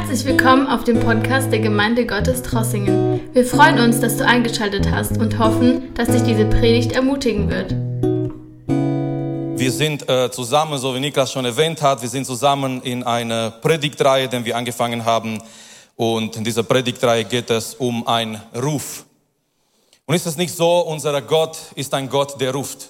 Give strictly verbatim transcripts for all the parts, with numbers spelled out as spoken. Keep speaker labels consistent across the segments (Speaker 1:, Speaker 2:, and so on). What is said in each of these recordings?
Speaker 1: Herzlich willkommen auf dem Podcast der Gemeinde Gottes Trossingen. Wir freuen uns, dass du eingeschaltet hast und hoffen, dass dich diese Predigt ermutigen wird.
Speaker 2: Wir sind äh, zusammen, so wie Niklas schon erwähnt hat, wir sind zusammen in einer Predigtreihe, die wir angefangen haben. Und in dieser Predigtreihe geht es um einen Ruf. Und ist es nicht so, unser Gott ist ein Gott, der ruft.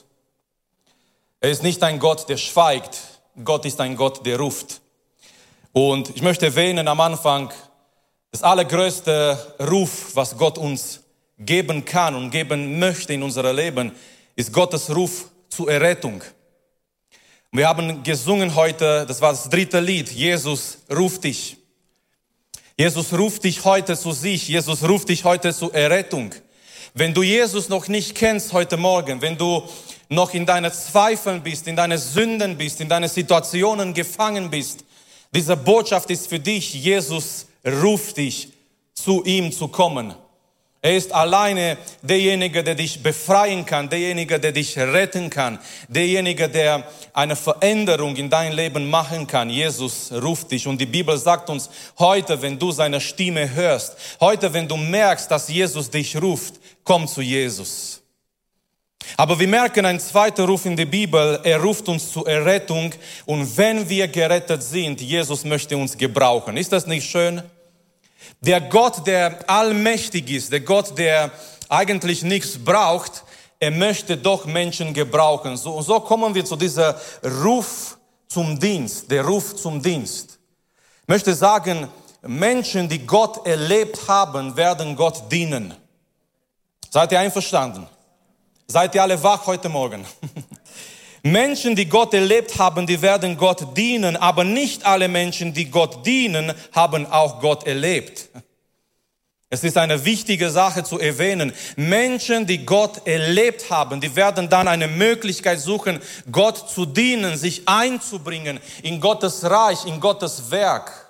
Speaker 2: Er ist nicht ein Gott, der schweigt. Gott ist ein Gott, der ruft. Und ich möchte erwähnen am Anfang, das allergrößte Ruf, was Gott uns geben kann und geben möchte in unserem Leben, ist Gottes Ruf zur Errettung. Wir haben gesungen heute, das war das dritte Lied, Jesus ruft dich. Jesus ruft dich heute zu sich, Jesus ruft dich heute zur Errettung. Wenn du Jesus noch nicht kennst heute Morgen, wenn du noch in deinen Zweifeln bist, in deinen Sünden bist, in deinen Situationen gefangen bist, diese Botschaft ist für dich, Jesus ruft dich, zu ihm zu kommen. Er ist alleine derjenige, der dich befreien kann, derjenige, der dich retten kann, derjenige, der eine Veränderung in dein Leben machen kann. Jesus ruft dich und die Bibel sagt uns, heute, wenn du seine Stimme hörst, heute, wenn du merkst, dass Jesus dich ruft, komm zu Jesus. Aber wir merken einen zweiten Ruf in der Bibel, er ruft uns zur Errettung und wenn wir gerettet sind, Jesus möchte uns gebrauchen. Ist das nicht schön? Der Gott, der allmächtig ist, der Gott, der eigentlich nichts braucht, er möchte doch Menschen gebrauchen. So, so kommen wir zu diesem Ruf zum Dienst, der Ruf zum Dienst. Ich möchte sagen, Menschen, die Gott erlebt haben, werden Gott dienen. Seid ihr einverstanden? Seid ihr alle wach heute Morgen? Menschen, die Gott erlebt haben, die werden Gott dienen, aber nicht alle Menschen, die Gott dienen, haben auch Gott erlebt. Es ist eine wichtige Sache zu erwähnen. Menschen, die Gott erlebt haben, die werden dann eine Möglichkeit suchen, Gott zu dienen, sich einzubringen in Gottes Reich, in Gottes Werk.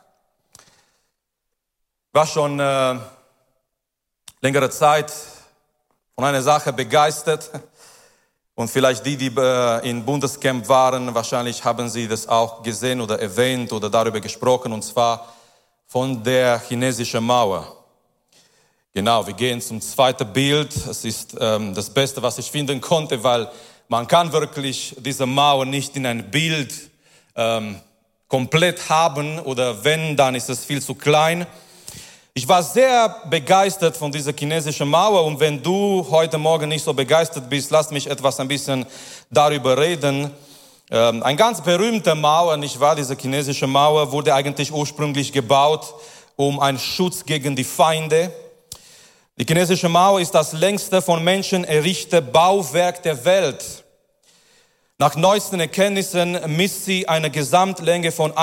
Speaker 2: Ich war schon äh, längere Zeit von einer Sache begeistert. Und vielleicht die, die in Bundescamp waren, wahrscheinlich haben sie das auch gesehen oder erwähnt oder darüber gesprochen, und zwar von der chinesischen Mauer. Genau, wir gehen zum zweiten Bild. Es ist ähm, das Beste, was ich finden konnte, weil man kann wirklich diese Mauer nicht in ein Bild ähm, komplett haben oder wenn, dann ist es viel zu klein. Ich war sehr begeistert von dieser chinesischen Mauer und wenn du heute Morgen nicht so begeistert bist, lass mich etwas ein bisschen darüber reden. Ähm, eine ganz berühmte Mauer, nicht wahr? Diese chinesische Mauer wurde eigentlich ursprünglich gebaut, um einen Schutz gegen die Feinde. Die chinesische Mauer ist das längste von Menschen errichtete Bauwerk der Welt. Nach neuesten Erkenntnissen misst sie eine Gesamtlänge von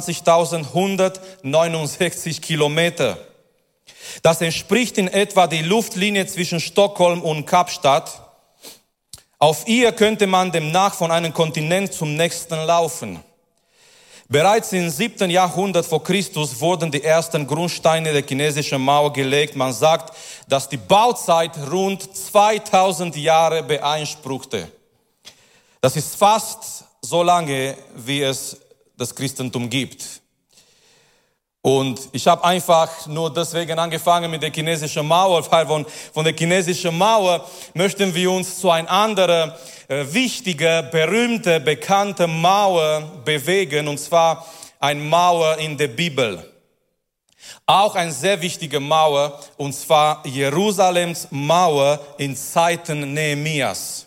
Speaker 2: einundzwanzigtausendeinhundertneunundsechzig Kilometer. Das entspricht in etwa die Luftlinie zwischen Stockholm und Kapstadt. Auf ihr könnte man demnach von einem Kontinent zum nächsten laufen. Bereits im siebten Jahrhundert vor Christus wurden die ersten Grundsteine der chinesischen Mauer gelegt. Man sagt, dass die Bauzeit rund zweitausend Jahre beanspruchte. Das ist fast so lange, wie es das Christentum gibt. Und ich habe einfach nur deswegen angefangen mit der chinesischen Mauer, weil von, von der chinesischen Mauer möchten wir uns zu einer anderen äh, wichtigen, berühmten, bekannten Mauer bewegen, und zwar eine Mauer in der Bibel. Auch eine sehr wichtige Mauer, und zwar Jerusalems Mauer in Zeiten Nehemias.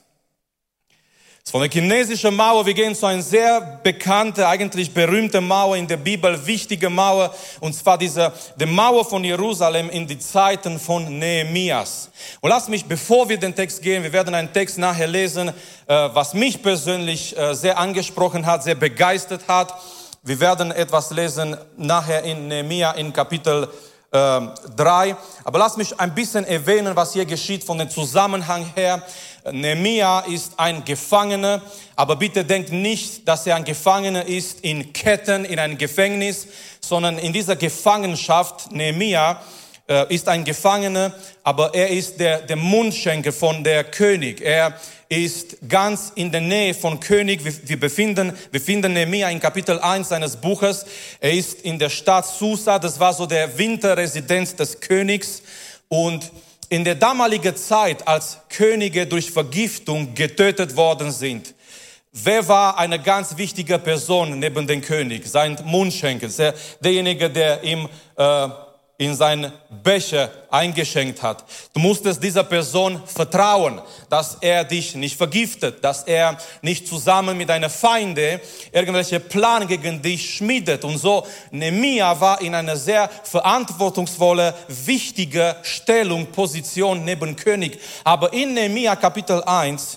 Speaker 2: Von der chinesischen Mauer, wir gehen zu einer sehr bekannten, eigentlich berühmten Mauer in der Bibel, wichtige Mauer, und zwar diese, die Mauer von Jerusalem in die Zeiten von Nehemias. Und lass mich, bevor wir den Text gehen, wir werden einen Text nachher lesen, äh, was mich persönlich äh, sehr angesprochen hat, sehr begeistert hat. Wir werden etwas lesen nachher in Nehemia in Kapitel äh, drei. Aber lass mich ein bisschen erwähnen, was hier geschieht von dem Zusammenhang her. Nehemia ist ein Gefangener, aber bitte denkt nicht, dass er ein Gefangener ist in Ketten, in einem Gefängnis, sondern in dieser Gefangenschaft, Nehemia, äh, ist ein Gefangener, aber er ist der, der Mundschenker von der König. Er ist ganz in der Nähe von König. Wir, wir befinden, wir finden Nehemia in Kapitel eins seines Buches. Er ist in der Stadt Susa, das war so der Winterresidenz des Königs. Und in der damaligen Zeit, als Könige durch Vergiftung getötet worden sind, wer war eine ganz wichtige Person neben dem König? Sein Mundschenker, der, derjenige, der ihm äh, in seinen Becher eingeschenkt hat. Du musstest dieser Person vertrauen, dass er dich nicht vergiftet, dass er nicht zusammen mit deinen Feinden irgendwelche Pläne gegen dich schmiedet. Und so, Nehemia war in einer sehr verantwortungsvolle, wichtige Stellung, Position neben König. Aber in Nehemia Kapitel eins,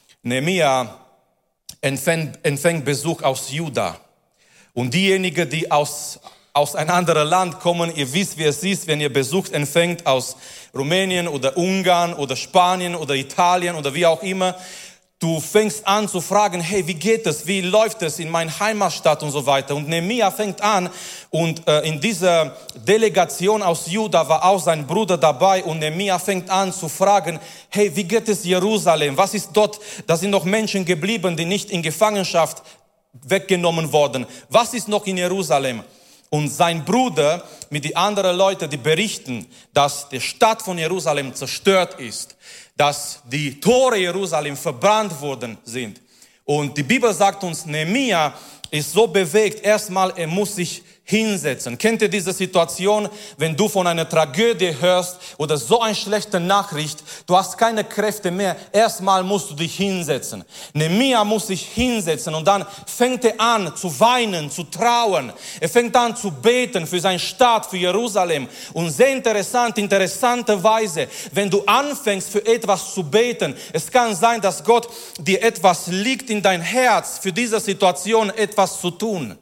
Speaker 2: Nehemia empfängt, empfängt Besuch aus Juda. Und diejenigen, die aus aus ein anderes Land kommen, ihr wisst, wie es ist, wenn ihr Besuch empfängt aus Rumänien oder Ungarn oder Spanien oder Italien oder wie auch immer. Du fängst an zu fragen, hey, wie geht es, wie läuft es in meiner Heimatstadt und so weiter. Und Nehemia fängt an und äh, in dieser Delegation aus Juda war auch sein Bruder dabei und Nehemia fängt an zu fragen, hey, wie geht es Jerusalem? Was ist dort? Da sind noch Menschen geblieben, die nicht in Gefangenschaft weggenommen wurden. Was ist noch in Jerusalem? Und sein Bruder mit den anderen Leuten, die berichten, dass die Stadt von Jerusalem zerstört ist, dass die Tore Jerusalem verbrannt worden sind. Und die Bibel sagt uns, Nehemia ist so bewegt, erstmal, er muss sich hinsetzen. Kennt ihr diese Situation, wenn du von einer Tragödie hörst oder so eine schlechte Nachricht, du hast keine Kräfte mehr, erstmal musst du dich hinsetzen. Nehemia muss sich hinsetzen und dann fängt er an zu weinen, zu trauern. Er fängt an zu beten für seine Stadt, für Jerusalem. Und sehr interessant, interessanterweise, wenn du anfängst für etwas zu beten, es kann sein, dass Gott dir etwas liegt in dein Herz, für diese Situation etwas zu tun.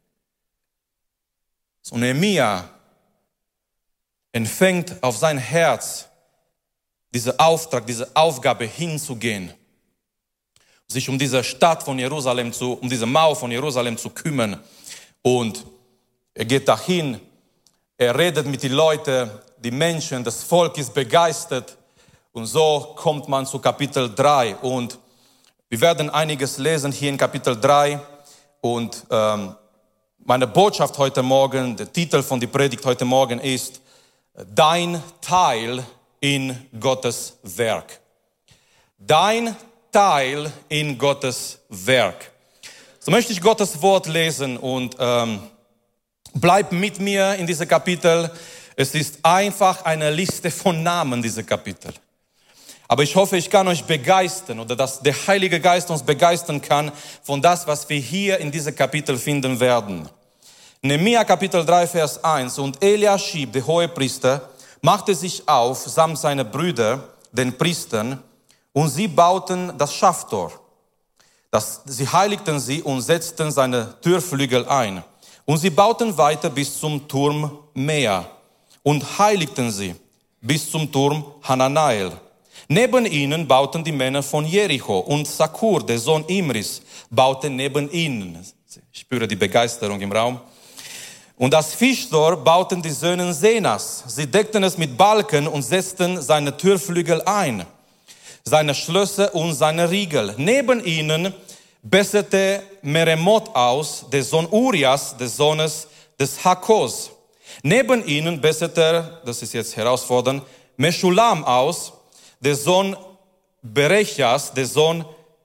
Speaker 2: Und Nehemia empfängt auf sein Herz diesen Auftrag, diese Aufgabe hinzugehen, sich um diese Stadt von Jerusalem zu, um diese Mauer von Jerusalem zu kümmern. Und er geht dahin, er redet mit den Leuten, die Menschen, das Volk ist begeistert. Und so kommt man zu Kapitel drei. Und wir werden einiges lesen hier in Kapitel drei. Und ähm, meine Botschaft heute Morgen, der Titel von der Predigt heute Morgen ist Dein Teil in Gottes Werk. Dein Teil in Gottes Werk. So möchte ich Gottes Wort lesen und ähm, bleib mit mir in diesem Kapitel. Es ist einfach eine Liste von Namen, diese Kapitel. Aber ich hoffe, ich kann euch begeistern oder dass der Heilige Geist uns begeistern kann von das, was wir hier in diesem Kapitel finden werden. Nehemia Kapitel drei, Vers eins. Und Eliaschib, der Hohepriester, machte sich auf, samt seiner Brüder, den Priestern, und sie bauten das Schaftor. Das, sie heiligten sie und setzten seine Türflügel ein. Und sie bauten weiter bis zum Turm Mea und heiligten sie bis zum Turm Hananael. Neben ihnen bauten die Männer von Jericho und Sakur, der Sohn Imris, baute neben ihnen. Ich spüre die Begeisterung im Raum. Und das Fischtor bauten die Söhne Senas. Sie deckten es mit Balken und setzten seine Türflügel ein, seine Schlösser und seine Riegel. Neben ihnen besserte Meremot aus, der Sohn Urias, des Sohnes des Hakos. Neben ihnen besserte, das ist jetzt herausfordernd, Meschulam aus, der Sohn Berechas, der Sohn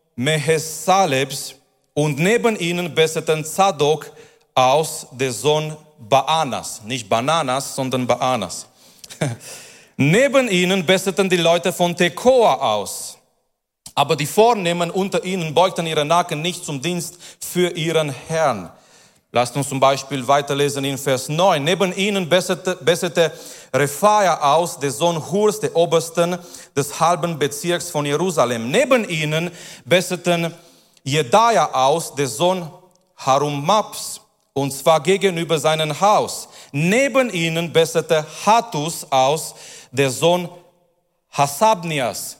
Speaker 2: Mehesalebs. Und neben ihnen besserten Zadok aus, der Sohn Baanas. Nicht Bananas, sondern Baanas. Neben ihnen besserten die Leute von Tekoa aus. Aber die Vornehmen unter ihnen beugten ihre Nacken nicht zum Dienst für ihren Herrn. Lasst uns zum Beispiel weiterlesen in Vers neun. Neben ihnen besserte, besserte Rephaia aus, der Sohn Hurs, der Obersten des halben Bezirks von Jerusalem. Neben ihnen besserten Jedaia aus, der Sohn Harumapps, und zwar gegenüber seinem Haus. Neben ihnen besserte Hattus aus, der Sohn Hasabnias.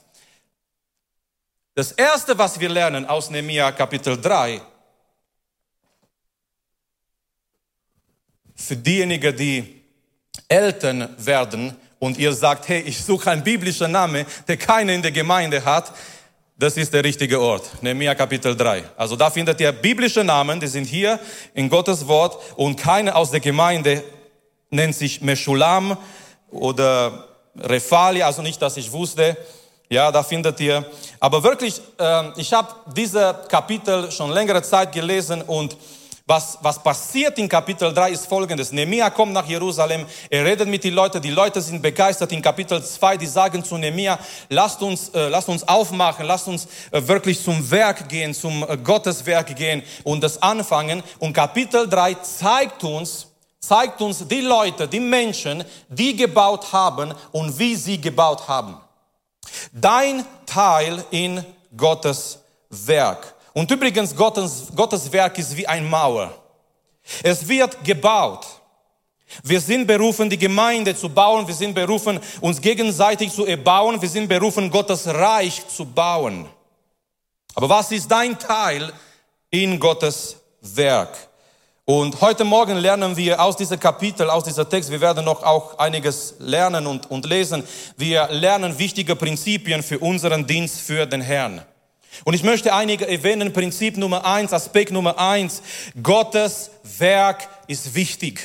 Speaker 2: Das erste, was wir lernen aus Nehemia Kapitel drei, für diejenigen, die Eltern werden und ihr sagt, hey, ich suche einen biblischen Namen, der keiner in der Gemeinde hat, das ist der richtige Ort. Nehemia Kapitel drei. Also da findet ihr biblische Namen, die sind hier in Gottes Wort und keiner aus der Gemeinde nennt sich Meschulam oder Refali, also nicht, dass ich wusste. Ja, da findet ihr. Aber wirklich, äh, ich habe diese Kapitel schon längere Zeit gelesen und was, was passiert in Kapitel drei ist Folgendes. Nehemia kommt nach Jerusalem, er redet mit den Leuten, die Leute sind begeistert. In Kapitel zwei, die sagen zu Nehemia, lasst uns, äh, lasst uns aufmachen, lasst uns äh, wirklich zum Werk gehen, zum äh, Gotteswerk gehen und das anfangen. Und Kapitel drei zeigt uns, zeigt uns die Leute, die Menschen, die gebaut haben und wie sie gebaut haben. Dein Teil in Gottes Werk. Und übrigens, Gottes, Gottes Werk ist wie eine Mauer. Es wird gebaut. Wir sind berufen, die Gemeinde zu bauen. Wir sind berufen, uns gegenseitig zu erbauen. Wir sind berufen, Gottes Reich zu bauen. Aber was ist dein Teil in Gottes Werk? Und heute Morgen lernen wir aus diesem Kapitel, aus diesem Text, wir werden noch auch einiges lernen und, und lesen. Wir lernen wichtige Prinzipien für unseren Dienst für den Herrn. Und ich möchte einige erwähnen. Prinzip Nummer eins, Aspekt Nummer eins. Gottes Werk ist wichtig.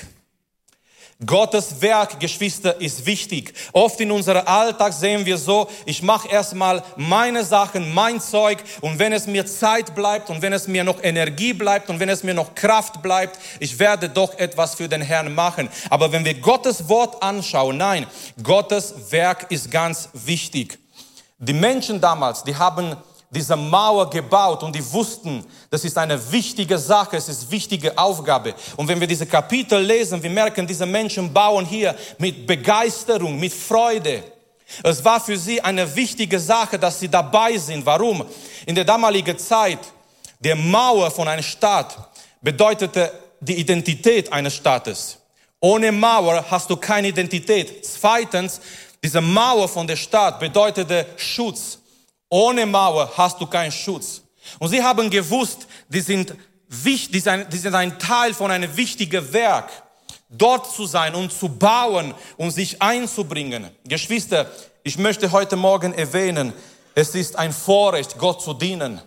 Speaker 2: Gottes Werk, Geschwister, ist wichtig. Oft in unserem Alltag sehen wir so, ich mache erstmal meine Sachen, mein Zeug und wenn es mir Zeit bleibt und wenn es mir noch Energie bleibt und wenn es mir noch Kraft bleibt, ich werde doch etwas für den Herrn machen. Aber wenn wir Gottes Wort anschauen, nein, Gottes Werk ist ganz wichtig. Die Menschen damals, die haben diese Mauer gebaut und die wussten, das ist eine wichtige Sache, es ist eine wichtige Aufgabe. Und wenn wir diese Kapitel lesen, wir merken, diese Menschen bauen hier mit Begeisterung, mit Freude. Es war für sie eine wichtige Sache, dass sie dabei sind. Warum? In der damaligen Zeit, die Mauer von einer Stadt bedeutete die Identität eines Staates. Ohne Mauer hast du keine Identität. Zweitens, diese Mauer von der Stadt bedeutete Schutz. Ohne Mauer hast du keinen Schutz. Und sie haben gewusst, die sind, wichtig, die sind, die sind ein Teil von einem wichtigen Werk. Dort zu sein und zu bauen und sich einzubringen. Geschwister, ich möchte heute Morgen erwähnen, es ist ein Vorrecht, Gott zu dienen.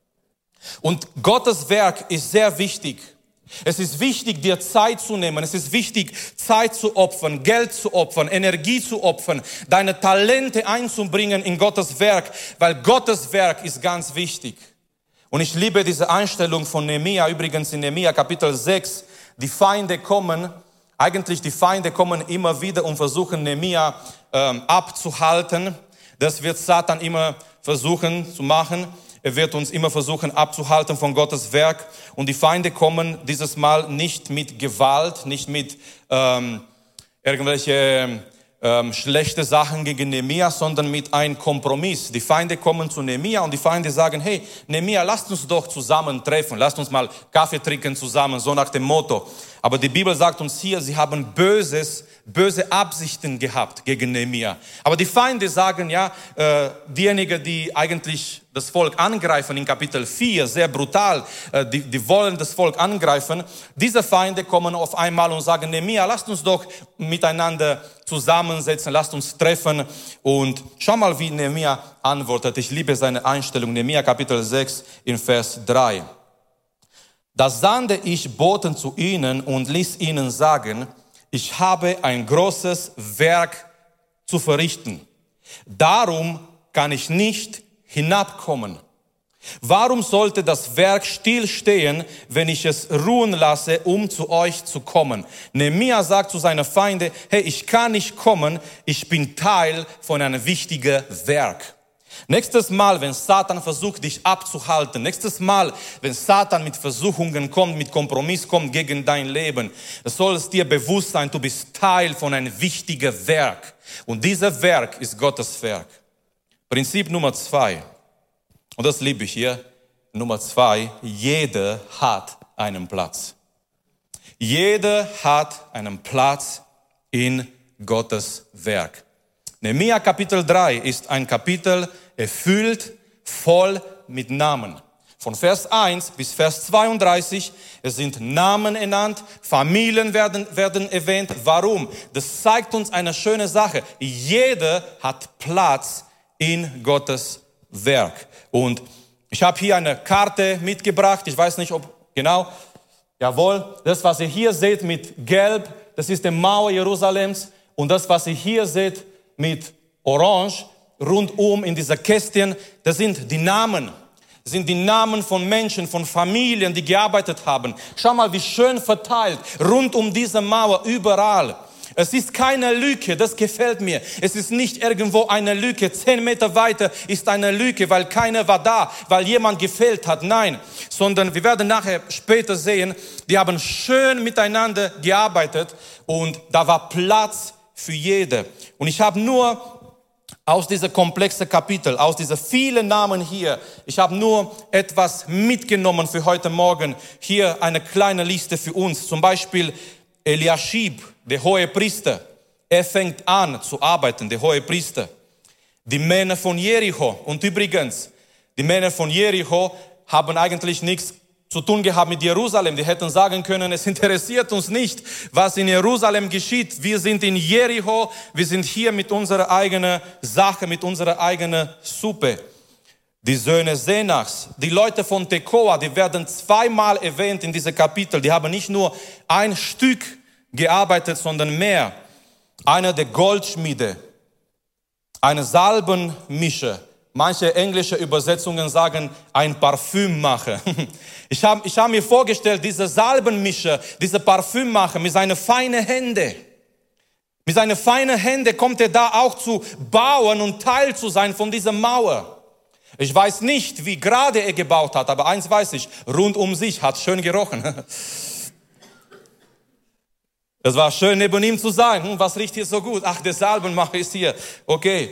Speaker 2: Und Gottes Werk ist sehr wichtig. Es ist wichtig, dir Zeit zu nehmen. Es ist wichtig, Zeit zu opfern, Geld zu opfern, Energie zu opfern, deine Talente einzubringen in Gottes Werk, weil Gottes Werk ist ganz wichtig. Und ich liebe diese Einstellung von Nehemia, übrigens in Nehemia Kapitel sechs. Die Feinde kommen, eigentlich die Feinde kommen immer wieder und versuchen Nehemia ähm, abzuhalten. Das wird Satan immer versuchen zu machen. Er wird uns immer versuchen abzuhalten von Gottes Werk. Und die Feinde kommen dieses Mal nicht mit Gewalt, nicht mit ähm, irgendwelche ähm, schlechte Sachen gegen Nehemia, sondern mit einem Kompromiss. Die Feinde kommen zu Nehemia und die Feinde sagen, hey Nehemia, lasst uns doch zusammen treffen, lasst uns mal Kaffee trinken zusammen, so nach dem Motto. Aber die Bibel sagt uns hier, sie haben Böses, böse Absichten gehabt gegen Nehemia. Aber die Feinde sagen, ja, äh, diejenigen, die eigentlich das Volk angreifen in Kapitel vier, sehr brutal, äh, die, die wollen das Volk angreifen. Diese Feinde kommen auf einmal und sagen, Nehemia, lasst uns doch miteinander zusammensetzen, lasst uns treffen. Und schau mal, wie Nehemia antwortet. Ich liebe seine Einstellung. Nehemia Kapitel sechs in Vers drei. Da sandte ich Boten zu ihnen und ließ ihnen sagen, ich habe ein großes Werk zu verrichten. Darum kann ich nicht hinabkommen. Warum sollte das Werk stillstehen, wenn ich es ruhen lasse, um zu euch zu kommen? Nehemia sagt zu seinen Feinden, hey, ich kann nicht kommen, ich bin Teil von einem wichtigen Werk. Nächstes Mal, wenn Satan versucht, dich abzuhalten, nächstes Mal, wenn Satan mit Versuchungen kommt, mit Kompromiss kommt gegen dein Leben, soll es dir bewusst sein, du bist Teil von einem wichtigen Werk. Und dieses Werk ist Gottes Werk. Prinzip Nummer zwei. Und das liebe ich hier. Nummer zwei. Jeder hat einen Platz. Jeder hat einen Platz in Gottes Werk. Nehemia Kapitel drei ist ein Kapitel erfüllt, voll mit Namen. Von Vers eins bis Vers zweiunddreißig, es sind Namen ernannt, Familien werden, werden erwähnt. Warum? Das zeigt uns eine schöne Sache. Jeder hat Platz in Gottes Werk. Und ich habe hier eine Karte mitgebracht. Ich weiß nicht, ob genau. Jawohl, das, was ihr hier seht mit Gelb, das ist die Mauer Jerusalems. Und das, was ihr hier seht mit Orange, rundum in dieser Kästchen, das sind die Namen. Das sind die Namen von Menschen, von Familien, die gearbeitet haben. Schau mal, wie schön verteilt, rund um diese Mauer, überall. Es ist keine Lücke, das gefällt mir. Es ist nicht irgendwo eine Lücke. Zehn Meter weiter ist eine Lücke, weil keiner war da, weil jemand gefehlt hat. Nein, sondern wir werden nachher später sehen, die haben schön miteinander gearbeitet und da war Platz für jede. Und ich habe nur aus dieser komplexen Kapitel, aus diesen vielen Namen hier, ich habe nur etwas mitgenommen für heute Morgen. Hier eine kleine Liste für uns. Zum Beispiel Eliaschib, der hohe Priester. Er fängt an zu arbeiten, der hohe Priester. Die Männer von Jericho. Und übrigens, die Männer von Jericho haben eigentlich nichts zu tun gehabt mit Jerusalem. Die hätten sagen können, es interessiert uns nicht, was in Jerusalem geschieht. Wir sind in Jericho, wir sind hier mit unserer eigenen Sache, mit unserer eigenen Suppe. Die Söhne Senachs, die Leute von Tekoa, die werden zweimal erwähnt in diesem Kapitel. Die haben nicht nur ein Stück gearbeitet, sondern mehr. Einer der Goldschmiede, eine Salbenmischer. Manche englische Übersetzungen sagen, ein Parfümmacher. Ich habe ich hab mir vorgestellt, dieser Salbenmischer, dieser Parfümmacher mit seinen feinen Händen. Mit seinen feinen Händen kommt er da auch zu bauen und Teil zu sein von dieser Mauer. Ich weiß nicht, wie gerade er gebaut hat, aber eins weiß ich, rund um sich hat schön gerochen. Es war schön, neben ihm zu sein. Hm, was riecht hier so gut? Ach, der Salbenmacher ist hier. Okay.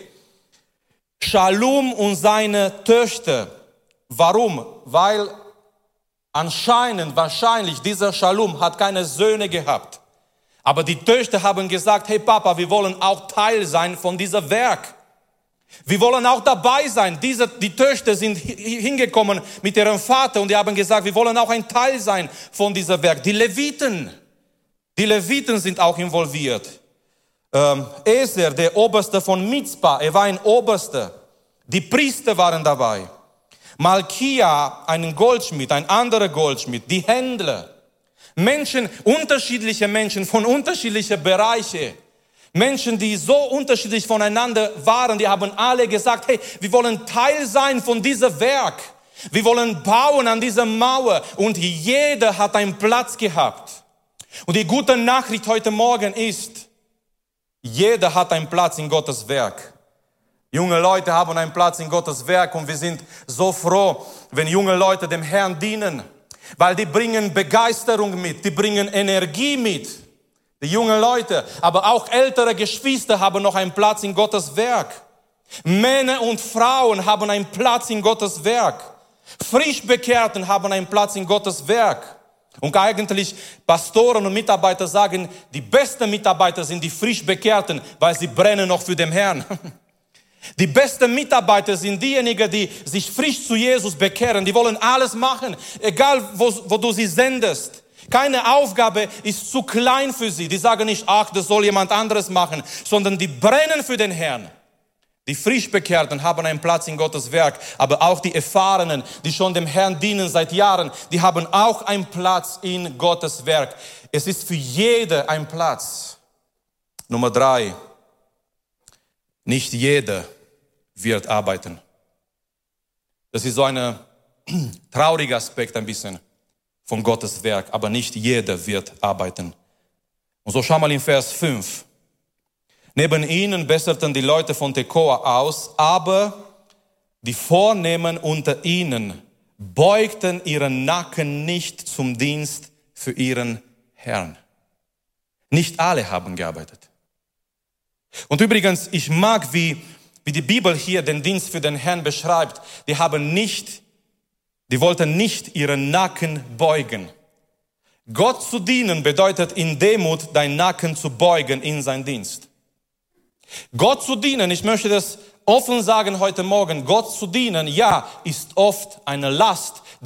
Speaker 2: Schalum und seine Töchter. Warum? Weil anscheinend, wahrscheinlich, dieser Schalum hat keine Söhne gehabt. Aber die Töchter haben gesagt, hey Papa, wir wollen auch Teil sein von diesem Werk. Wir wollen auch dabei sein. Diese, die Töchter sind hingekommen mit ihrem Vater und die haben gesagt, wir wollen auch ein Teil sein von diesem Werk. Die Leviten, die Leviten sind auch involviert. Ähm, Eser, der Oberste von Mizpah, er war ein Oberster. Die Priester waren dabei. Malkia, ein Goldschmied, ein anderer Goldschmied, die Händler. Menschen, unterschiedliche Menschen von unterschiedlichen Bereichen. Menschen, die so unterschiedlich voneinander waren, die haben alle gesagt, hey, wir wollen Teil sein von diesem Werk. Wir wollen bauen an dieser Mauer. Und jeder hat einen Platz gehabt. Und die gute Nachricht heute Morgen ist, jeder hat einen Platz in Gottes Werk. Junge Leute haben einen Platz in Gottes Werk und wir sind so froh, wenn junge Leute dem Herrn dienen, weil die bringen Begeisterung mit, die bringen Energie mit. Die jungen Leute, aber auch ältere Geschwister haben noch einen Platz in Gottes Werk. Männer und Frauen haben einen Platz in Gottes Werk. Frischbekehrten haben einen Platz in Gottes Werk. Und eigentlich Pastoren und Mitarbeiter sagen, die besten Mitarbeiter sind die Frischbekehrten, weil sie brennen noch für den Herrn. Die besten Mitarbeiter sind diejenigen, die sich frisch zu Jesus bekehren. Die wollen alles machen, egal wo, wo du sie sendest. Keine Aufgabe ist zu klein für sie. Die sagen nicht, ach, das soll jemand anderes machen, sondern die brennen für den Herrn. Die Frischbekehrten haben einen Platz in Gottes Werk, aber auch die Erfahrenen, die schon dem Herrn dienen seit Jahren, die haben auch einen Platz in Gottes Werk. Es ist für jeder ein Platz. Nummer drei. Nicht jeder wird arbeiten. Das ist so ein trauriger Aspekt ein bisschen von Gottes Werk, aber nicht jeder wird arbeiten. Und so schau mal in Vers fünf. Neben ihnen besserten die Leute von Tekoa aus, aber die Vornehmen unter ihnen beugten ihren Nacken nicht zum Dienst für ihren Herrn. Nicht alle haben gearbeitet. Und übrigens, ich mag, wie, wie die Bibel hier den Dienst für den Herrn beschreibt. Die haben nicht, die wollten nicht ihren Nacken beugen. Gott zu dienen bedeutet in Demut deinen Nacken zu beugen in sein Dienst. Gott zu dienen, ich möchte das offen sagen heute Morgen, Gott zu dienen, ja, ist oft eine Last,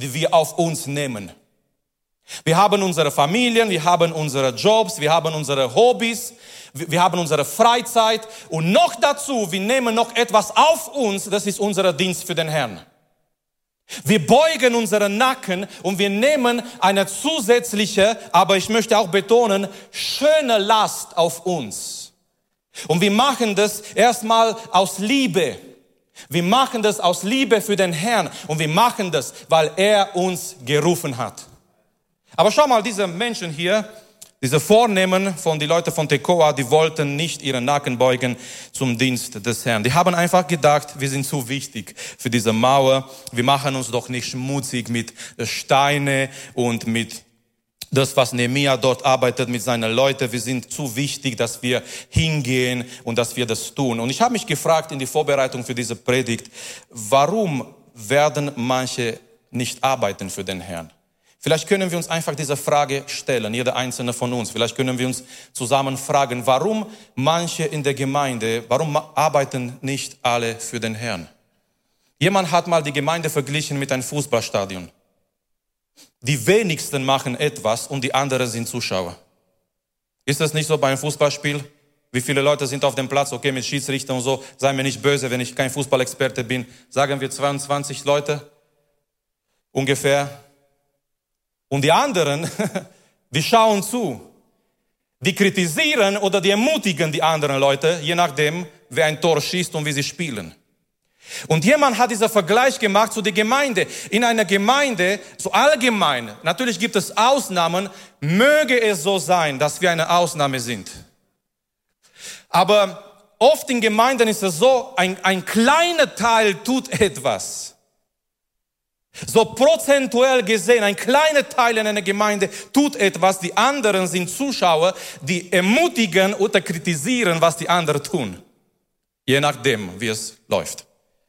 Speaker 2: die wir auf uns nehmen. Wir haben unsere Familien, wir haben unsere Jobs, wir haben unsere Hobbys, wir haben unsere Freizeit und noch dazu, wir nehmen noch etwas auf uns, das ist unser Dienst für den Herrn. Wir beugen unseren Nacken und wir nehmen eine zusätzliche, aber ich möchte auch betonen, schöne Last auf uns. Und wir machen das erstmal aus Liebe. Wir machen das aus Liebe für den Herrn und wir machen das, weil er uns gerufen hat. Aber schau mal, diese Menschen hier, diese Vornehmen von die Leute von Tekoa, die wollten nicht ihren Nacken beugen zum Dienst des Herrn. Die haben einfach gedacht, wir sind zu wichtig für diese Mauer. Wir machen uns doch nicht schmutzig mit Steine und mit das, was Nehemia dort arbeitet mit seinen Leuten. Wir sind zu wichtig, dass wir hingehen und dass wir das tun. Und ich habe mich gefragt in die Vorbereitung für diese Predigt, warum werden manche nicht arbeiten für den Herrn? Vielleicht können wir uns einfach diese Frage stellen, jeder einzelne von uns. Vielleicht können wir uns zusammen fragen, warum manche in der Gemeinde, warum arbeiten nicht alle für den Herrn? Jemand hat mal die Gemeinde verglichen mit einem Fußballstadion. Die wenigsten machen etwas und die anderen sind Zuschauer. Ist das nicht so bei einem Fußballspiel? Wie viele Leute sind auf dem Platz? Okay, mit Schiedsrichter und so. Sei mir nicht böse, wenn ich kein Fußballexperte bin. Sagen wir zweiundzwanzig Leute ungefähr. Und die anderen, die schauen zu. Die kritisieren oder die ermutigen die anderen Leute, je nachdem, wer ein Tor schießt und wie sie spielen. Und jemand hat diesen Vergleich gemacht zu der Gemeinde. In einer Gemeinde, so allgemein, natürlich gibt es Ausnahmen, möge es so sein, dass wir eine Ausnahme sind. Aber oft in Gemeinden ist es so, ein, ein kleiner Teil tut etwas. So prozentuell gesehen, ein kleiner Teil in einer Gemeinde tut etwas, die anderen sind Zuschauer, die ermutigen oder kritisieren, was die anderen tun. Je nachdem, wie es läuft.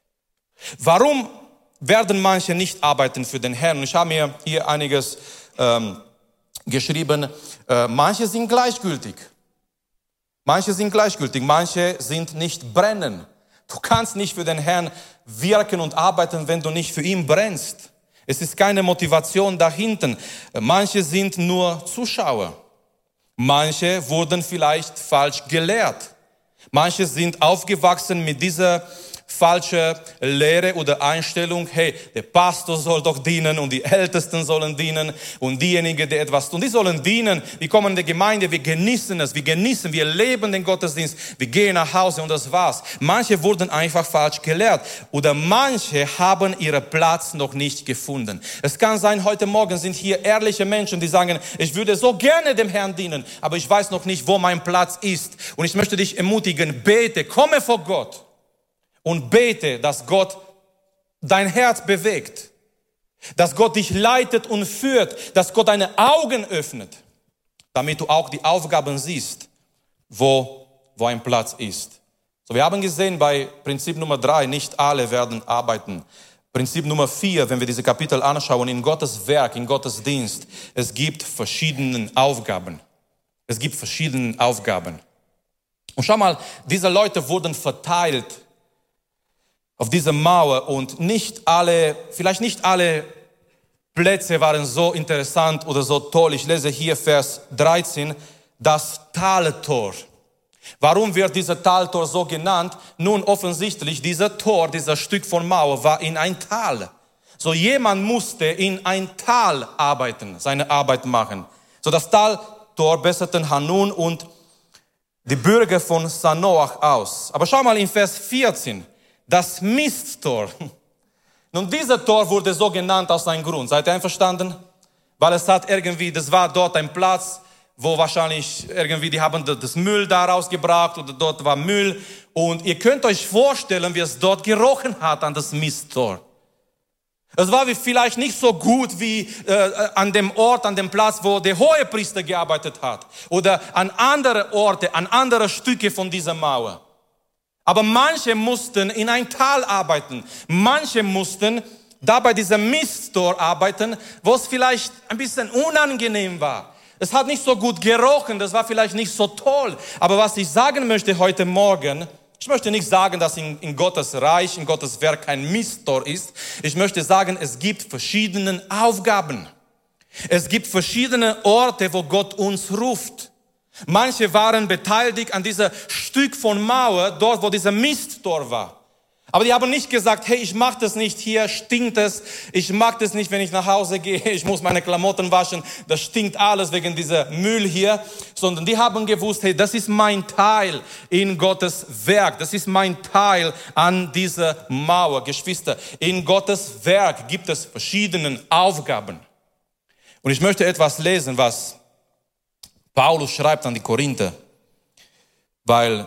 Speaker 2: Warum werden manche nicht arbeiten für den Herrn? Ich habe mir hier einiges ähm, geschrieben. Äh, manche sind gleichgültig. Manche sind gleichgültig, manche sind nicht brennen. Du kannst nicht für den Herrn wirken und arbeiten, wenn du nicht für ihn brennst. Es ist keine Motivation dahinten. Manche sind nur Zuschauer. Manche wurden vielleicht falsch gelehrt. Manche sind aufgewachsen mit dieser falsche Lehre oder Einstellung, hey, der Pastor soll doch dienen und die Ältesten sollen dienen und diejenigen, die etwas tun, die sollen dienen. Wir kommen in die Gemeinde, wir genießen es, wir genießen, wir leben den Gottesdienst, wir gehen nach Hause und das war's. Manche wurden einfach falsch gelehrt oder manche haben ihren Platz noch nicht gefunden. Es kann sein, heute Morgen sind hier ehrliche Menschen, die sagen, ich würde so gerne dem Herrn dienen, aber ich weiß noch nicht, wo mein Platz ist. Und ich möchte dich ermutigen, bete, komme vor Gott. Und bete, dass Gott dein Herz bewegt, dass Gott dich leitet und führt, dass Gott deine Augen öffnet, damit du auch die Aufgaben siehst, wo, wo ein Platz ist. So, wir haben gesehen bei Prinzip Nummer drei, nicht alle werden arbeiten. Prinzip Nummer vier, wenn wir diese Kapitel anschauen, in Gottes Werk, in Gottes Dienst, es gibt verschiedene Aufgaben. Es gibt verschiedene Aufgaben. Und schau mal, diese Leute wurden verteilt auf diese Mauer und nicht alle, vielleicht nicht alle Plätze waren so interessant oder so toll. Ich lese hier Vers dreizehn, das Taltor. Warum wird dieser Taltor so genannt? Nun offensichtlich, dieser Tor, dieser Stück von Mauer war in ein Tal. So jemand musste in ein Tal arbeiten, seine Arbeit machen. So das Taltor besserten Hanun und die Bürger von Sanoach aus. Aber schau mal in Vers vierzehn. Das Misttor. Nun, dieser Tor wurde so genannt aus einem Grund. Seid ihr einverstanden? Weil es hat irgendwie, das war dort ein Platz, wo wahrscheinlich irgendwie, die haben das Müll da rausgebracht oder dort war Müll. Und ihr könnt euch vorstellen, wie es dort gerochen hat an das Misttor. Es war vielleicht nicht so gut wie äh, an dem Ort, an dem Platz, wo der Hohepriester gearbeitet hat. Oder an andere Orte, an andere Stücke von dieser Mauer. Aber manche mussten in ein Tal arbeiten. Manche mussten da bei diesem Misttor arbeiten, wo es vielleicht ein bisschen unangenehm war. Es hat nicht so gut gerochen, das war vielleicht nicht so toll. Aber was ich sagen möchte heute Morgen, Ich möchte nicht sagen, dass in, in Gottes Reich, in Gottes Werk kein Misttor ist. Ich möchte sagen, es gibt verschiedene Aufgaben. Es gibt verschiedene Orte, wo Gott uns ruft. Manche waren beteiligt an dieser Stück von Mauer, dort wo dieser Misttor war. Aber die haben nicht gesagt, hey, ich mag das nicht, hier stinkt es, ich mag das nicht, wenn ich nach Hause gehe, ich muss meine Klamotten waschen, das stinkt alles wegen dieser Müll hier, sondern die haben gewusst, hey, das ist mein Teil in Gottes Werk, das ist mein Teil an dieser Mauer. Geschwister, in Gottes Werk gibt es verschiedene Aufgaben. Und ich möchte etwas lesen, was Paulus schreibt an die Korinther, weil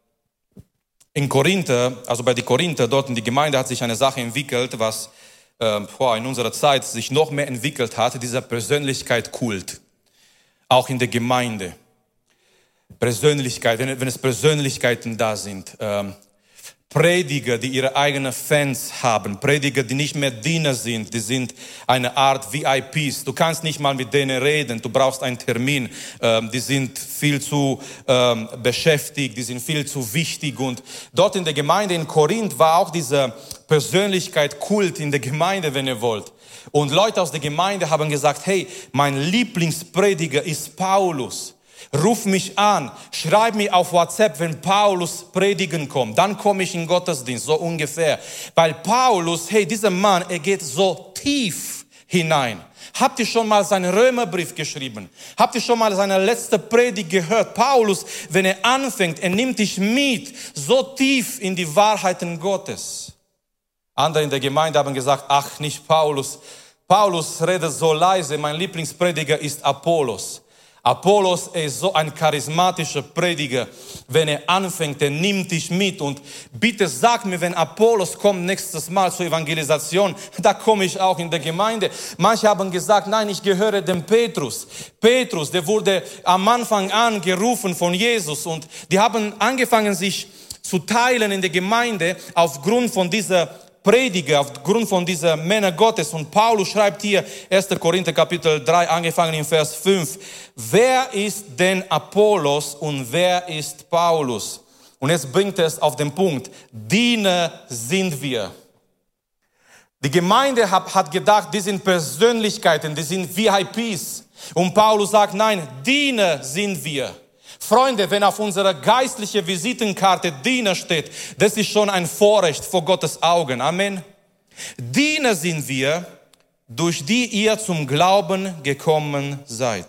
Speaker 2: in Korinther, also bei den Korinther, dort in die Gemeinde hat sich eine Sache entwickelt, was äh, in unserer Zeit sich noch mehr entwickelt hat, dieser Persönlichkeit-Kult. Auch in der Gemeinde. Persönlichkeit, wenn, wenn es Persönlichkeiten da sind. Ähm, Prediger, die ihre eigenen Fans haben. Prediger, die nicht mehr Diener sind. Die sind eine Art V I Ps. Du kannst nicht mal mit denen reden. Du brauchst einen Termin. Ähm, die sind viel zu ähm, beschäftigt. Die sind viel zu wichtig. Und dort in der Gemeinde in Korinth war auch diese Persönlichkeit Kult in der Gemeinde, wenn ihr wollt. Und Leute aus der Gemeinde haben gesagt, hey, mein Lieblingsprediger ist Paulus. Ruf mich an, schreib mir auf WhatsApp, wenn Paulus predigen kommt. Dann komme ich in Gottesdienst, so ungefähr. Weil Paulus, hey, dieser Mann, er geht so tief hinein. Habt ihr schon mal seinen Römerbrief geschrieben? Habt ihr schon mal seine letzte Predigt gehört? Paulus, wenn er anfängt, er nimmt dich mit, so tief in die Wahrheiten Gottes. Andere in der Gemeinde haben gesagt, ach, nicht Paulus. Paulus redet so leise, mein Lieblingsprediger ist Apollos. Apollos ist so ein charismatischer Prediger. Wenn er anfängt, er nimmt dich mit. Und bitte sag mir, wenn Apollos kommt nächstes Mal zur Evangelisation, da komme ich auch in der Gemeinde. Manche haben gesagt, nein, ich gehöre dem Petrus. Petrus, der wurde am Anfang an gerufen von Jesus. Und die haben angefangen, sich zu teilen in der Gemeinde aufgrund von dieser Prediger, aufgrund von dieser Männer Gottes. Und Paulus schreibt hier, erster Korinther Kapitel drei, angefangen in Vers fünf. Wer ist denn Apollos und wer ist Paulus? Und jetzt bringt es auf den Punkt. Diener sind wir. Die Gemeinde hat, hat gedacht, die sind Persönlichkeiten, die sind V I Ps. Und Paulus sagt, nein, Diener sind wir. Freunde, wenn auf unserer geistlichen Visitenkarte Diener steht, das ist schon ein Vorrecht vor Gottes Augen. Amen. Diener sind wir, durch die ihr zum Glauben gekommen seid.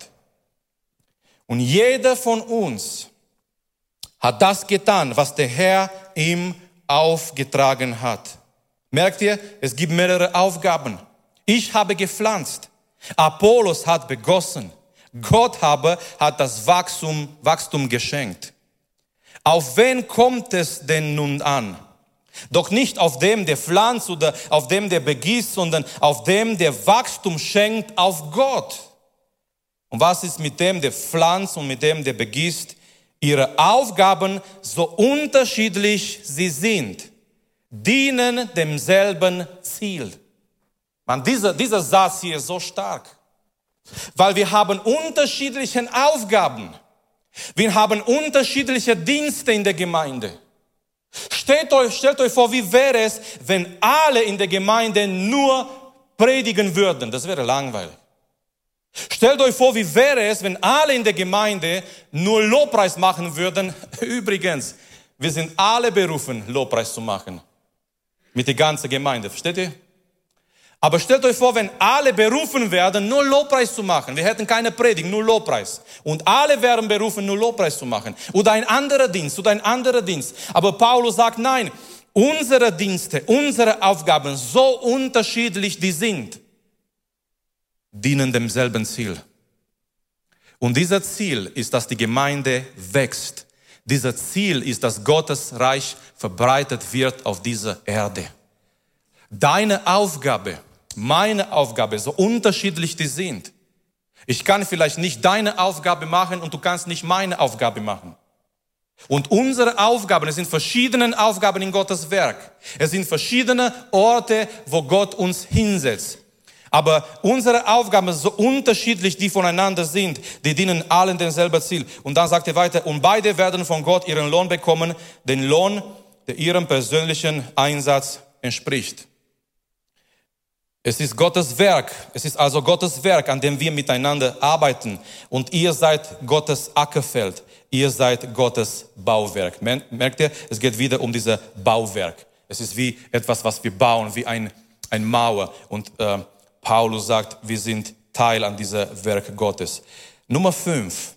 Speaker 2: Und jeder von uns hat das getan, was der Herr ihm aufgetragen hat. Merkt ihr, es gibt mehrere Aufgaben. Ich habe gepflanzt, Apollos hat begossen. Gott aber hat das Wachstum, Wachstum geschenkt. Auf wen kommt es denn nun an? Doch nicht auf dem, der pflanzt oder auf dem, der begießt, sondern auf dem, der Wachstum schenkt, auf Gott. Und was ist mit dem, der pflanzt und mit dem, der begießt? Ihre Aufgaben, so unterschiedlich sie sind, dienen demselben Ziel. Man, dieser, dieser Satz hier ist so stark. Weil wir haben unterschiedliche Aufgaben. Wir haben unterschiedliche Dienste in der Gemeinde. Stellt euch, stellt euch vor, wie wäre es, wenn alle in der Gemeinde nur predigen würden. Das wäre langweilig. Stellt euch vor, wie wäre es, wenn alle in der Gemeinde nur Lobpreis machen würden. Übrigens, wir sind alle berufen, Lobpreis zu machen. Mit der ganzen Gemeinde, versteht ihr? Aber stellt euch vor, wenn alle berufen werden, nur Lobpreis zu machen. Wir hätten keine Predigt, nur Lobpreis. Und alle wären berufen, nur Lobpreis zu machen. Oder ein anderer Dienst, oder ein anderer Dienst. Aber Paulus sagt, nein, unsere Dienste, unsere Aufgaben, so unterschiedlich die sind, dienen demselben Ziel. Und dieser Ziel ist, dass die Gemeinde wächst. Dieser Ziel ist, dass Gottes Reich verbreitet wird auf dieser Erde. Deine Aufgabe, meine Aufgabe, so unterschiedlich die sind. Ich kann vielleicht nicht deine Aufgabe machen und du kannst nicht meine Aufgabe machen. Und unsere Aufgaben, es sind verschiedene Aufgaben in Gottes Werk. Es sind verschiedene Orte, wo Gott uns hinsetzt. Aber unsere Aufgaben, so unterschiedlich die voneinander sind, die dienen allen demselben Ziel. Und dann sagt er weiter, und beide werden von Gott ihren Lohn bekommen, den Lohn, der ihrem persönlichen Einsatz entspricht. Es ist Gottes Werk, es ist also Gottes Werk, an dem wir miteinander arbeiten. Und ihr seid Gottes Ackerfeld, ihr seid Gottes Bauwerk. Merkt ihr, es geht wieder um dieses Bauwerk. Es ist wie etwas, was wir bauen, wie ein, ein Mauer. Und äh, Paulus sagt, wir sind Teil an diesem Werk Gottes. Nummer fünf.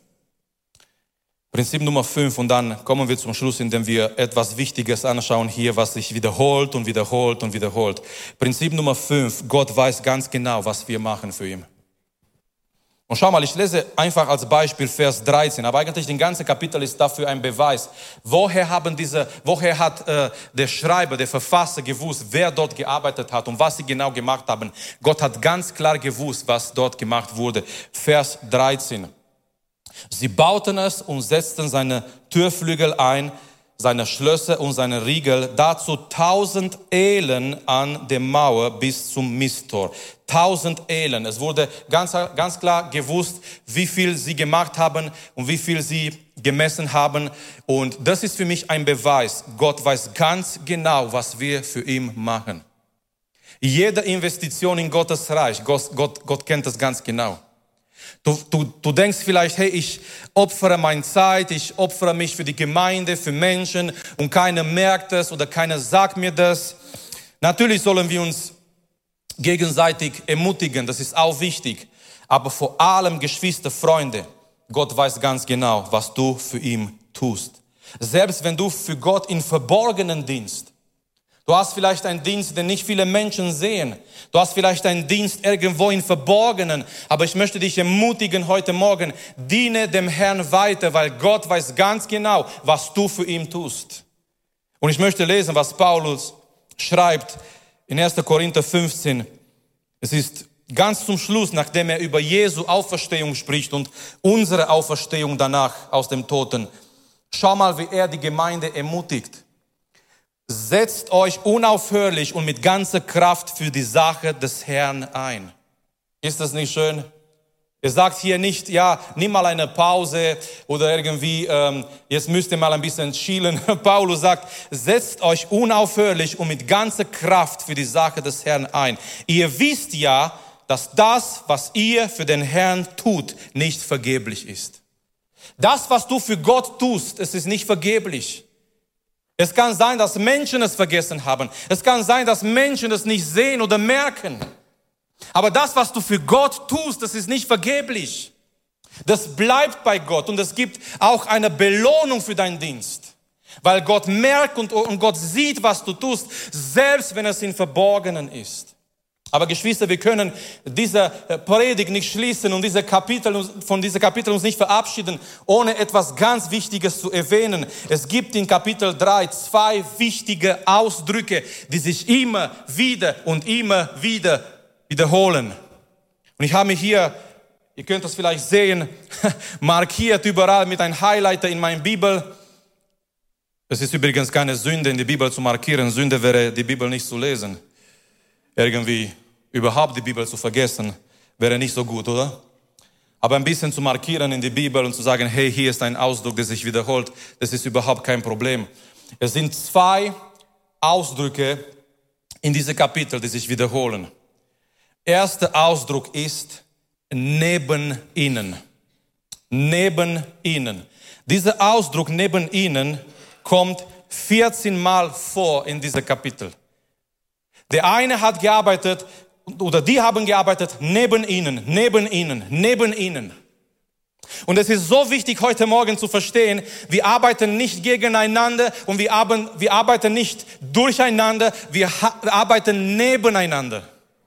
Speaker 2: Prinzip Nummer fünf, und dann kommen wir zum Schluss, indem wir etwas Wichtiges anschauen hier, was sich wiederholt und wiederholt und wiederholt. Prinzip Nummer fünf, Gott weiß ganz genau, was wir machen für ihn. Und schau mal, ich lese einfach als Beispiel Vers dreizehn, aber eigentlich den ganzen Kapitel ist dafür ein Beweis. Woher haben diese, woher hat äh, der Schreiber, der Verfasser gewusst, wer dort gearbeitet hat und was sie genau gemacht haben? Gott hat ganz klar gewusst, was dort gemacht wurde. Vers dreizehn. Sie bauten es und setzten seine Türflügel ein, seine Schlösser und seine Riegel, dazu tausend Elen an der Mauer bis zum Misttor. Tausend Elen. Es wurde ganz, ganz klar gewusst, wie viel sie gemacht haben und wie viel sie gemessen haben. Und das ist für mich ein Beweis. Gott weiß ganz genau, was wir für ihn machen. Jede Investition in Gottes Reich, Gott, Gott, Gott kennt das ganz genau. Du, du, du denkst vielleicht, hey, ich opfere meine Zeit, ich opfere mich für die Gemeinde, für Menschen und keiner merkt es oder keiner sagt mir das. Natürlich sollen wir uns gegenseitig ermutigen, das ist auch wichtig. Aber vor allem, Geschwister, Freunde, Gott weiß ganz genau, was du für ihn tust. Selbst wenn du für Gott in Verborgenen dienst. Du hast vielleicht einen Dienst, den nicht viele Menschen sehen. Du hast vielleicht einen Dienst irgendwo in Verborgenen. Aber ich möchte dich ermutigen heute Morgen, diene dem Herrn weiter, weil Gott weiß ganz genau, was du für ihn tust. Und ich möchte lesen, was Paulus schreibt in erster Korinther fünfzehn. Es ist ganz zum Schluss, nachdem er über Jesu Auferstehung spricht und unsere Auferstehung danach aus dem Toten. Schau mal, wie er die Gemeinde ermutigt. Setzt euch unaufhörlich und mit ganzer Kraft für die Sache des Herrn ein. Ist das nicht schön? Er sagt hier nicht, ja, nimm mal eine Pause oder irgendwie, ähm, jetzt müsst ihr mal ein bisschen chillen. Paulus sagt, setzt euch unaufhörlich und mit ganzer Kraft für die Sache des Herrn ein. Ihr wisst ja, dass das, was ihr für den Herrn tut, nicht vergeblich ist. Das, was du für Gott tust, es ist nicht vergeblich. Es kann sein, dass Menschen es vergessen haben. Es kann sein, dass Menschen es nicht sehen oder merken. Aber das, was du für Gott tust, das ist nicht vergeblich. Das bleibt bei Gott und es gibt auch eine Belohnung für deinen Dienst. Weil Gott merkt und, und Gott sieht, was du tust, selbst wenn es im Verborgenen ist. Aber Geschwister, wir können diese Predigt nicht schließen und diese Kapitel, von diesem Kapitel uns nicht verabschieden, ohne etwas ganz Wichtiges zu erwähnen. Es gibt in Kapitel drei zwei wichtige Ausdrücke, die sich immer wieder und immer wieder wiederholen. Und ich habe mich hier, ihr könnt das vielleicht sehen, markiert überall mit einem Highlighter in meiner Bibel. Es ist übrigens keine Sünde, in die Bibel zu markieren. Sünde wäre, die Bibel nicht zu lesen. Irgendwie überhaupt die Bibel zu vergessen, wäre nicht so gut, oder? Aber ein bisschen zu markieren in die Bibel und zu sagen, hey, hier ist ein Ausdruck, der sich wiederholt, das ist überhaupt kein Problem. Es sind zwei Ausdrücke in diesem Kapitel, die sich wiederholen. Erster Ausdruck ist neben ihnen. Neben ihnen. Dieser Ausdruck neben ihnen kommt vierzehn Mal vor in diesem Kapitel. Der eine hat gearbeitet, oder die haben gearbeitet neben ihnen, neben ihnen, neben ihnen. Und es ist so wichtig, heute Morgen zu verstehen, wir arbeiten nicht gegeneinander und wir arbeiten, wir arbeiten nicht durcheinander, wir arbeiten nebeneinander.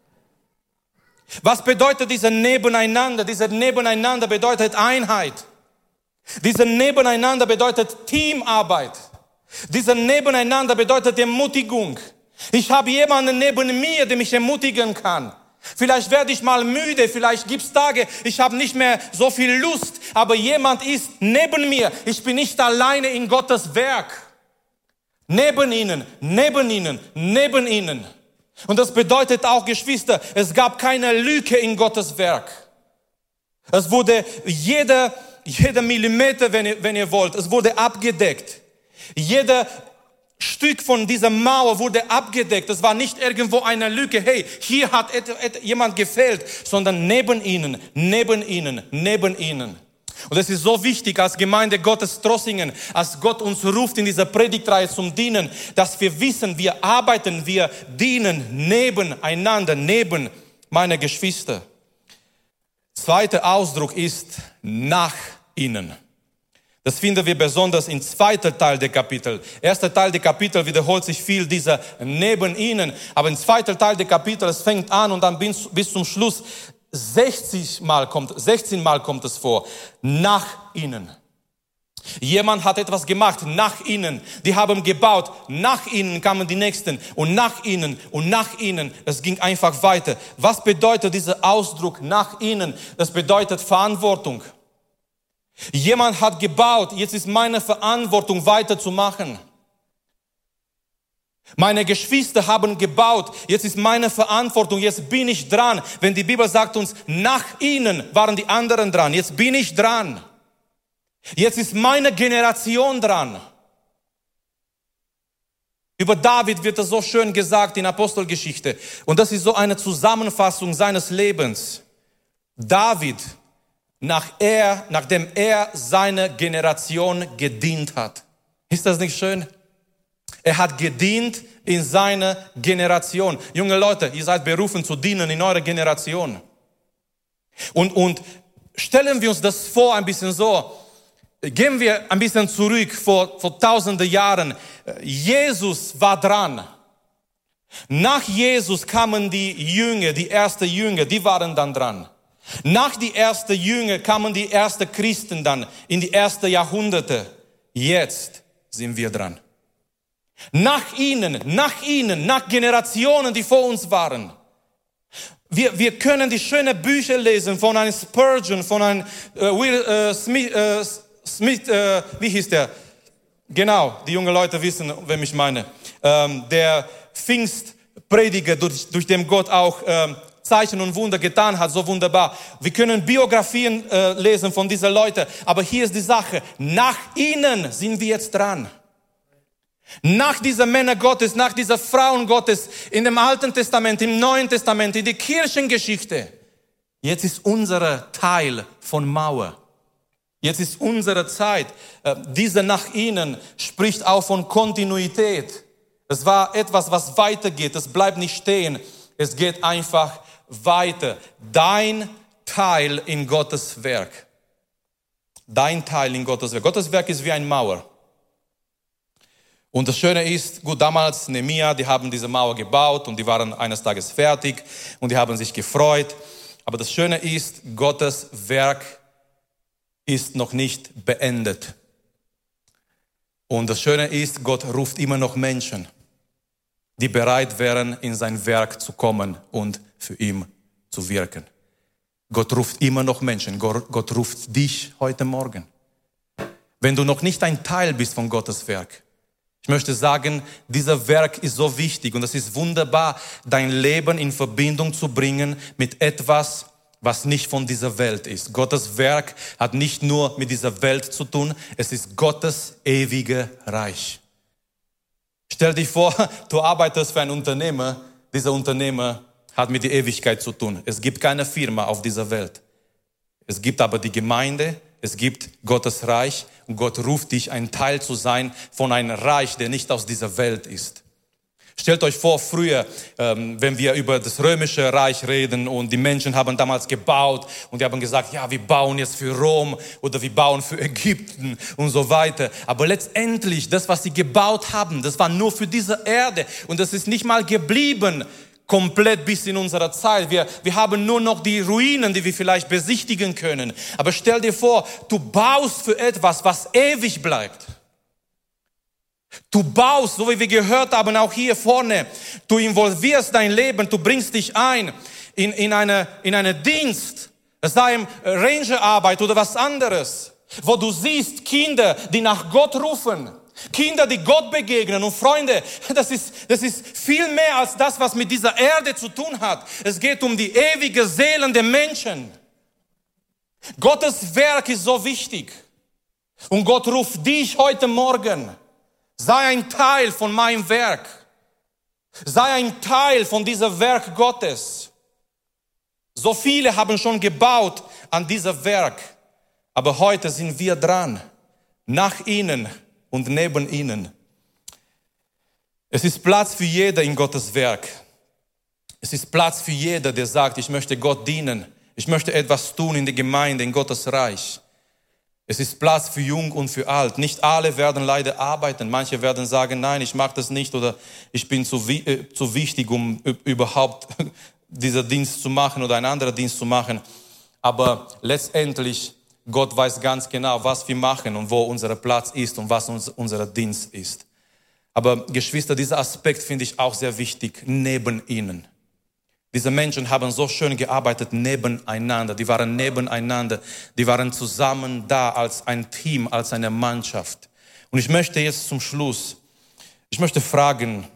Speaker 2: Was bedeutet dieser Nebeneinander? Dieser Nebeneinander bedeutet Einheit. Dieser Nebeneinander bedeutet Teamarbeit. Dieser Nebeneinander bedeutet Ermutigung. Ich habe jemanden neben mir, der mich ermutigen kann. Vielleicht werde ich mal müde, vielleicht gibt es Tage, ich habe nicht mehr so viel Lust, aber jemand ist neben mir. Ich bin nicht alleine in Gottes Werk. Neben ihnen, neben ihnen, neben ihnen. Und das bedeutet auch, Geschwister, es gab keine Lücke in Gottes Werk. Es wurde jeder, jeder Millimeter, wenn ihr, wenn ihr wollt, es wurde abgedeckt. Jeder Stück von dieser Mauer wurde abgedeckt. Es war nicht irgendwo eine Lücke. Hey, hier hat et, et, jemand gefehlt, sondern neben ihnen, neben ihnen, neben ihnen. Und es ist so wichtig als Gemeinde Gottes Trossingen, als Gott uns ruft in dieser Predigtreihe zum Dienen, dass wir wissen, wir arbeiten, wir dienen nebeneinander, neben meine Geschwister. Zweiter Ausdruck ist nach ihnen. Das finden wir besonders im zweiten Teil der Kapitel. Erster Teil der Kapitel wiederholt sich viel dieser neben ihnen, aber im zweiten Teil der Kapitel, es fängt an und dann bis, bis zum Schluss sechzig Mal kommt, sechzehn Mal kommt es vor. Nach ihnen. Jemand hat etwas gemacht, nach ihnen. Die haben gebaut, nach ihnen kamen die Nächsten und nach ihnen und nach ihnen. Es ging einfach weiter. Was bedeutet dieser Ausdruck nach ihnen? Das bedeutet Verantwortung. Jemand hat gebaut, jetzt ist meine Verantwortung weiterzumachen. Meine Geschwister haben gebaut, jetzt ist meine Verantwortung, jetzt bin ich dran. Wenn die Bibel sagt uns, nach ihnen waren die anderen dran, jetzt bin ich dran. Jetzt ist meine Generation dran. Über David wird das so schön gesagt in Apostelgeschichte. Und das ist so eine Zusammenfassung seines Lebens. David, nach er, nachdem er seiner Generation gedient hat. Ist das nicht schön? Er hat gedient in seiner Generation. Junge Leute, ihr seid berufen zu dienen in eurer Generation. Und, und stellen wir uns das vor ein bisschen so. Gehen wir ein bisschen zurück vor, vor tausende Jahren. Jesus war dran. Nach Jesus kamen die Jünger, die ersten Jünger, die waren dann dran. Nach die ersten Jünger kamen die ersten Christen dann in die ersten Jahrhunderte. Jetzt sind wir dran. Nach ihnen, nach ihnen, nach Generationen, die vor uns waren. Wir, wir können die schönen Bücher lesen von einem Spurgeon, von einem äh, Will äh, Smith, äh, Smith äh, wie hieß der? Genau, die jungen Leute wissen, wem ich meine. Ähm, der Pfingstprediger, durch, durch den Gott auch ähm, Zeichen und Wunder getan hat, so wunderbar. Wir können Biografien äh, lesen von diesen Leuten, aber hier ist die Sache, nach ihnen sind wir jetzt dran. Nach dieser Männer Gottes, nach dieser Frauen Gottes, in dem Alten Testament, im Neuen Testament, in der Kirchengeschichte. Jetzt ist unser Teil von Mauer. Jetzt ist unsere Zeit. Äh, diese nach ihnen spricht auch von Kontinuität. Es war etwas, was weitergeht. Es bleibt nicht stehen. Es geht einfach weiter. Dein Teil in Gottes Werk. Dein Teil in Gottes Werk. Gottes Werk ist wie eine Mauer. Und das Schöne ist, gut, damals Nehemia, die haben diese Mauer gebaut und die waren eines Tages fertig und die haben sich gefreut. Aber das Schöne ist, Gottes Werk ist noch nicht beendet. Und das Schöne ist, Gott ruft immer noch Menschen, die bereit wären, in sein Werk zu kommen und für ihn zu wirken. Gott ruft immer noch Menschen. Gott, Gott ruft dich heute Morgen. Wenn du noch nicht ein Teil bist von Gottes Werk, ich möchte sagen, dieser Werk ist so wichtig und es ist wunderbar, dein Leben in Verbindung zu bringen mit etwas, was nicht von dieser Welt ist. Gottes Werk hat nicht nur mit dieser Welt zu tun, es ist Gottes ewige Reich. Stell dich vor, du arbeitest für ein Unternehmer, dieser Unternehmer hat mit der Ewigkeit zu tun. Es gibt keine Firma auf dieser Welt. Es gibt aber die Gemeinde, es gibt Gottes Reich und Gott ruft dich, ein Teil zu sein von einem Reich, der nicht aus dieser Welt ist. Stellt euch vor, früher, ähm, wenn wir über das römische Reich reden und die Menschen haben damals gebaut und die haben gesagt, ja, wir bauen jetzt für Rom oder wir bauen für Ägypten und so weiter. Aber letztendlich, das, was sie gebaut haben, das war nur für diese Erde und das ist nicht mal geblieben, komplett bis in unserer Zeit. Wir, wir haben nur noch die Ruinen, die wir vielleicht besichtigen können. Aber stell dir vor, du baust für etwas, was ewig bleibt. Du baust, so wie wir gehört haben, auch hier vorne. Du involvierst dein Leben, du bringst dich ein in, in eine, in eine Dienst. Es sei Rangerarbeit oder was anderes. Wo du siehst Kinder, die nach Gott rufen. Kinder, die Gott begegnen. Und Freunde, das ist, das ist viel mehr als das, was mit dieser Erde zu tun hat. Es geht um die ewige Seelen der Menschen. Gottes Werk ist so wichtig. Und Gott ruft dich heute Morgen. Sei ein Teil von meinem Werk. Sei ein Teil von diesem Werk Gottes. So viele haben schon gebaut an diesem Werk. Aber heute sind wir dran. Nach ihnen und neben ihnen. Es ist Platz für jeder in Gottes Werk. Es ist Platz für jeder, der sagt, ich möchte Gott dienen. Ich möchte etwas tun in der Gemeinde, in Gottes Reich. Es ist Platz für Jung und für Alt. Nicht alle werden leider arbeiten. Manche werden sagen, nein, ich mache das nicht oder ich bin zu, äh, zu wichtig, um überhaupt diesen Dienst zu machen oder einen anderen Dienst zu machen. Aber letztendlich, Gott weiß ganz genau, was wir machen und wo unser Platz ist und was uns, unser Dienst ist. Aber Geschwister, dieser Aspekt finde ich auch sehr wichtig, neben ihnen. Diese Menschen haben so schön gearbeitet nebeneinander. Die waren nebeneinander. Die waren zusammen da als ein Team, als eine Mannschaft. Und ich möchte jetzt zum Schluss, ich möchte fragen,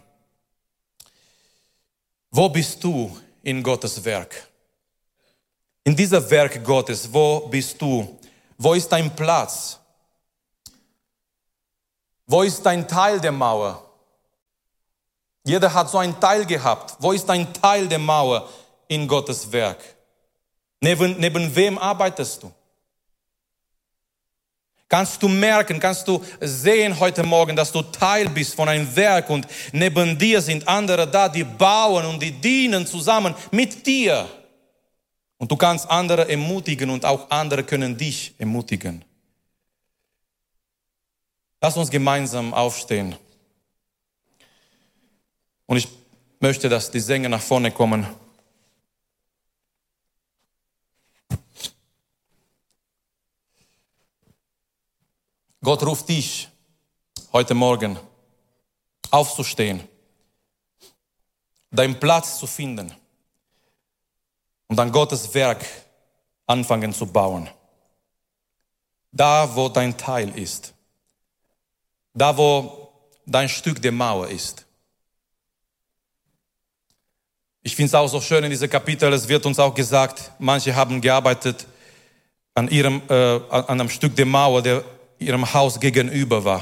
Speaker 2: wo bist du in Gottes Werk? In diesem Werk Gottes, wo bist du? Wo ist dein Platz? Wo ist dein Teil der Mauer? Jeder hat so einen Teil gehabt. Wo ist dein Teil der Mauer in Gottes Werk? Neben, neben wem arbeitest du? Kannst du merken, kannst du sehen heute Morgen, dass du Teil bist von einem Werk und neben dir sind andere da, die bauen und die dienen zusammen mit dir. Und du kannst andere ermutigen und auch andere können dich ermutigen. Lass uns gemeinsam aufstehen. Und ich möchte, dass die Sänger nach vorne kommen. Gott ruft dich heute Morgen aufzustehen, deinen Platz zu finden und an Gottes Werk anfangen zu bauen. Da, wo dein Teil ist. Da, wo dein Stück der Mauer ist. Ich finde es auch so schön in diesem Kapitel, es wird uns auch gesagt, manche haben gearbeitet an, ihrem, äh, an einem Stück der Mauer, der ihrem Haus gegenüber war.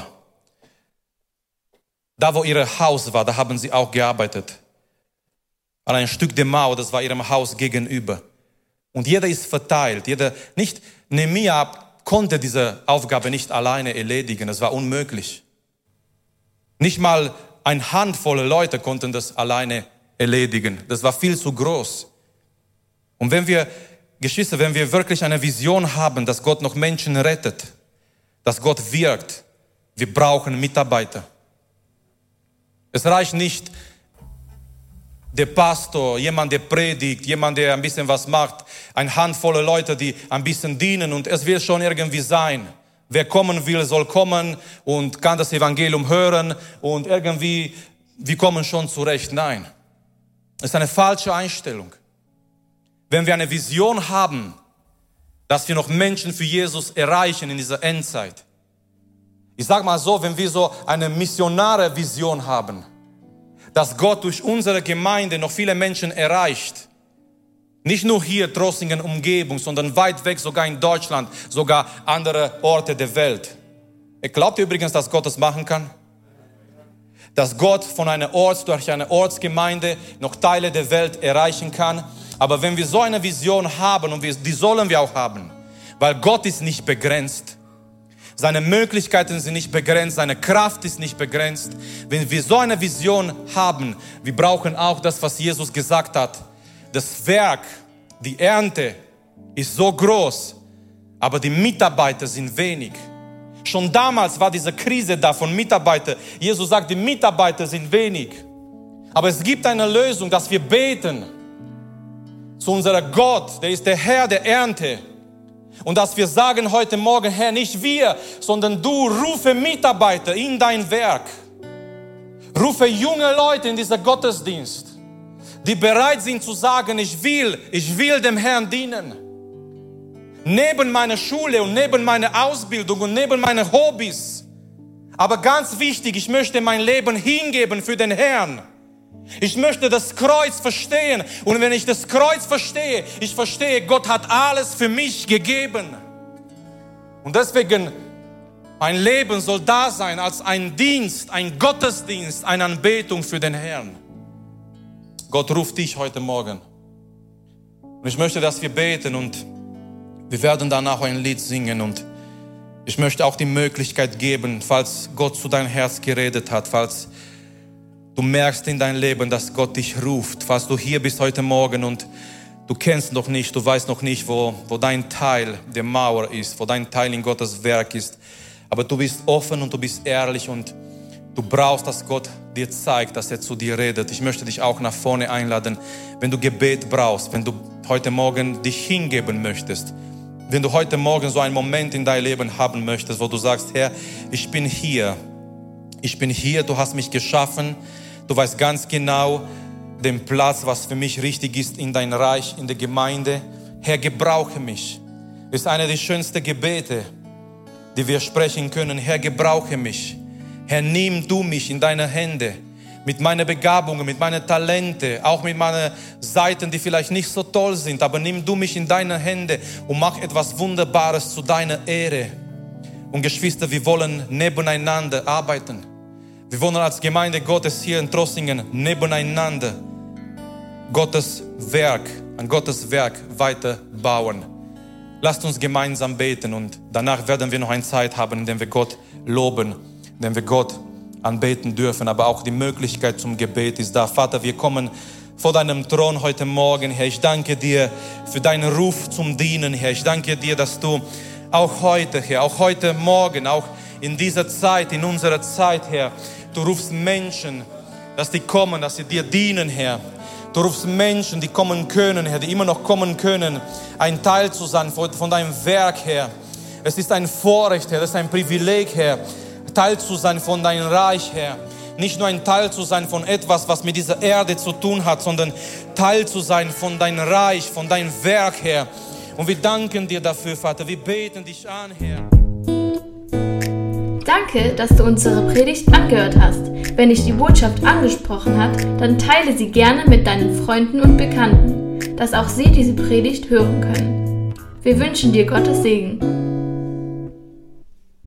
Speaker 2: Da, wo ihr Haus war, da haben sie auch gearbeitet. An ein Stück der Mauer, das war ihrem Haus gegenüber. Und jeder ist verteilt. Jeder, nicht, Nehemia konnte diese Aufgabe nicht alleine erledigen. Es war unmöglich. Nicht mal eine Handvoll Leute konnten das alleine erledigen. Das war viel zu groß. Und wenn wir, Geschwister, wenn wir wirklich eine Vision haben, dass Gott noch Menschen rettet, dass Gott wirkt, wir brauchen Mitarbeiter. Es reicht nicht der Pastor, jemand, der predigt, jemand, der ein bisschen was macht, eine Handvoll Leute, die ein bisschen dienen und es wird schon irgendwie sein. Wer kommen will, soll kommen und kann das Evangelium hören und irgendwie, wir kommen schon zurecht. Nein. Das ist eine falsche Einstellung. Wenn wir eine Vision haben, dass wir noch Menschen für Jesus erreichen in dieser Endzeit. Ich sage mal so, wenn wir so eine missionare Vision haben, dass Gott durch unsere Gemeinde noch viele Menschen erreicht. Nicht nur hier, Trossingen, Umgebung, sondern weit weg, sogar in Deutschland, sogar andere Orte der Welt. Ihr glaubt übrigens, dass Gott das machen kann? Dass Gott von einer Orts, durch eine Ortsgemeinde noch Teile der Welt erreichen kann. Aber wenn wir so eine Vision haben, und wir, die sollen wir auch haben, weil Gott ist nicht begrenzt, seine Möglichkeiten sind nicht begrenzt, seine Kraft ist nicht begrenzt. Wenn wir so eine Vision haben, wir brauchen auch das, was Jesus gesagt hat. Das Werk, die Ernte ist so groß, aber die Mitarbeiter sind wenig. Schon damals war diese Krise da von Mitarbeitern. Jesus sagt, die Mitarbeiter sind wenig. Aber es gibt eine Lösung, dass wir beten zu unserem Gott, der ist der Herr der Ernte. Und dass wir sagen heute Morgen, Herr, nicht wir, sondern du, rufe Mitarbeiter in dein Werk. Rufe junge Leute in diesen Gottesdienst, die bereit sind zu sagen, ich will, ich will dem Herrn dienen. Neben meiner Schule und neben meiner Ausbildung und neben meinen Hobbys Aber ganz wichtig, ich möchte mein Leben hingeben für den Herrn. Ich möchte das Kreuz verstehen. Und wenn ich das Kreuz verstehe, ich verstehe, Gott hat alles für mich gegeben. Und deswegen, mein Leben soll da sein als ein Dienst, ein Gottesdienst, eine Anbetung für den Herrn. Gott ruft dich heute Morgen. Und ich möchte, dass wir beten und wir werden danach ein Lied singen. Und ich möchte auch die Möglichkeit geben, falls Gott zu deinem Herz geredet hat, falls du merkst in deinem Leben, dass Gott dich ruft, falls du hier bist heute Morgen und du kennst noch nicht, du weißt noch nicht, wo, wo dein Teil der Mauer ist, wo dein Teil in Gottes Werk ist. Aber du bist offen und du bist ehrlich und du brauchst, dass Gott dir zeigt, dass er zu dir redet. Ich möchte dich auch nach vorne einladen, wenn du Gebet brauchst, wenn du heute Morgen dich hingeben möchtest, wenn du heute Morgen so einen Moment in deinem Leben haben möchtest, wo du sagst, Herr, ich bin hier, ich bin hier, du hast mich geschaffen, du weißt ganz genau den Platz, was für mich richtig ist in dein Reich, in der Gemeinde. Herr, gebrauche mich. Das ist einer der schönsten Gebete, die wir sprechen können. Herr, gebrauche mich. Herr, nimm du mich in deine Hände. Mit meinen Begabungen, mit meinen Talenten, auch mit meinen Seiten, die vielleicht nicht so toll sind. Aber nimm du mich in deine Hände und mach etwas Wunderbares zu deiner Ehre. Und Geschwister, wir wollen nebeneinander arbeiten. Wir wollen als Gemeinde Gottes hier in Trossingen nebeneinander Gottes Werk, an Gottes Werk weiter bauen. Lasst uns gemeinsam beten und danach werden wir noch eine Zeit haben, in der wir Gott loben, in der wir Gott anbeten dürfen. Aber auch die Möglichkeit zum Gebet ist da. Vater, wir kommen vor deinem Thron heute Morgen, Herr. Ich danke dir für deinen Ruf zum Dienen, Herr. Ich danke dir, dass du auch heute, Herr, auch heute Morgen, auch in dieser Zeit, in unserer Zeit, Herr, du rufst Menschen, dass die kommen, dass sie dir dienen, Herr. Du rufst Menschen, die kommen können, Herr, die immer noch kommen können, ein Teil zu sein von deinem Werk, Herr. Es ist ein Vorrecht, Herr, es ist ein Privileg, Herr, Teil zu sein von deinem Reich, Herr. Nicht nur ein Teil zu sein von etwas, was mit dieser Erde zu tun hat, sondern Teil zu sein von deinem Reich, von deinem Werk, Herr. Und wir danken dir dafür, Vater. Wir beten dich an, Herr.
Speaker 1: Danke, dass du unsere Predigt angehört hast. Wenn dich die Botschaft angesprochen hat, dann teile sie gerne mit deinen Freunden und Bekannten, dass auch sie diese Predigt hören können. Wir wünschen dir Gottes Segen.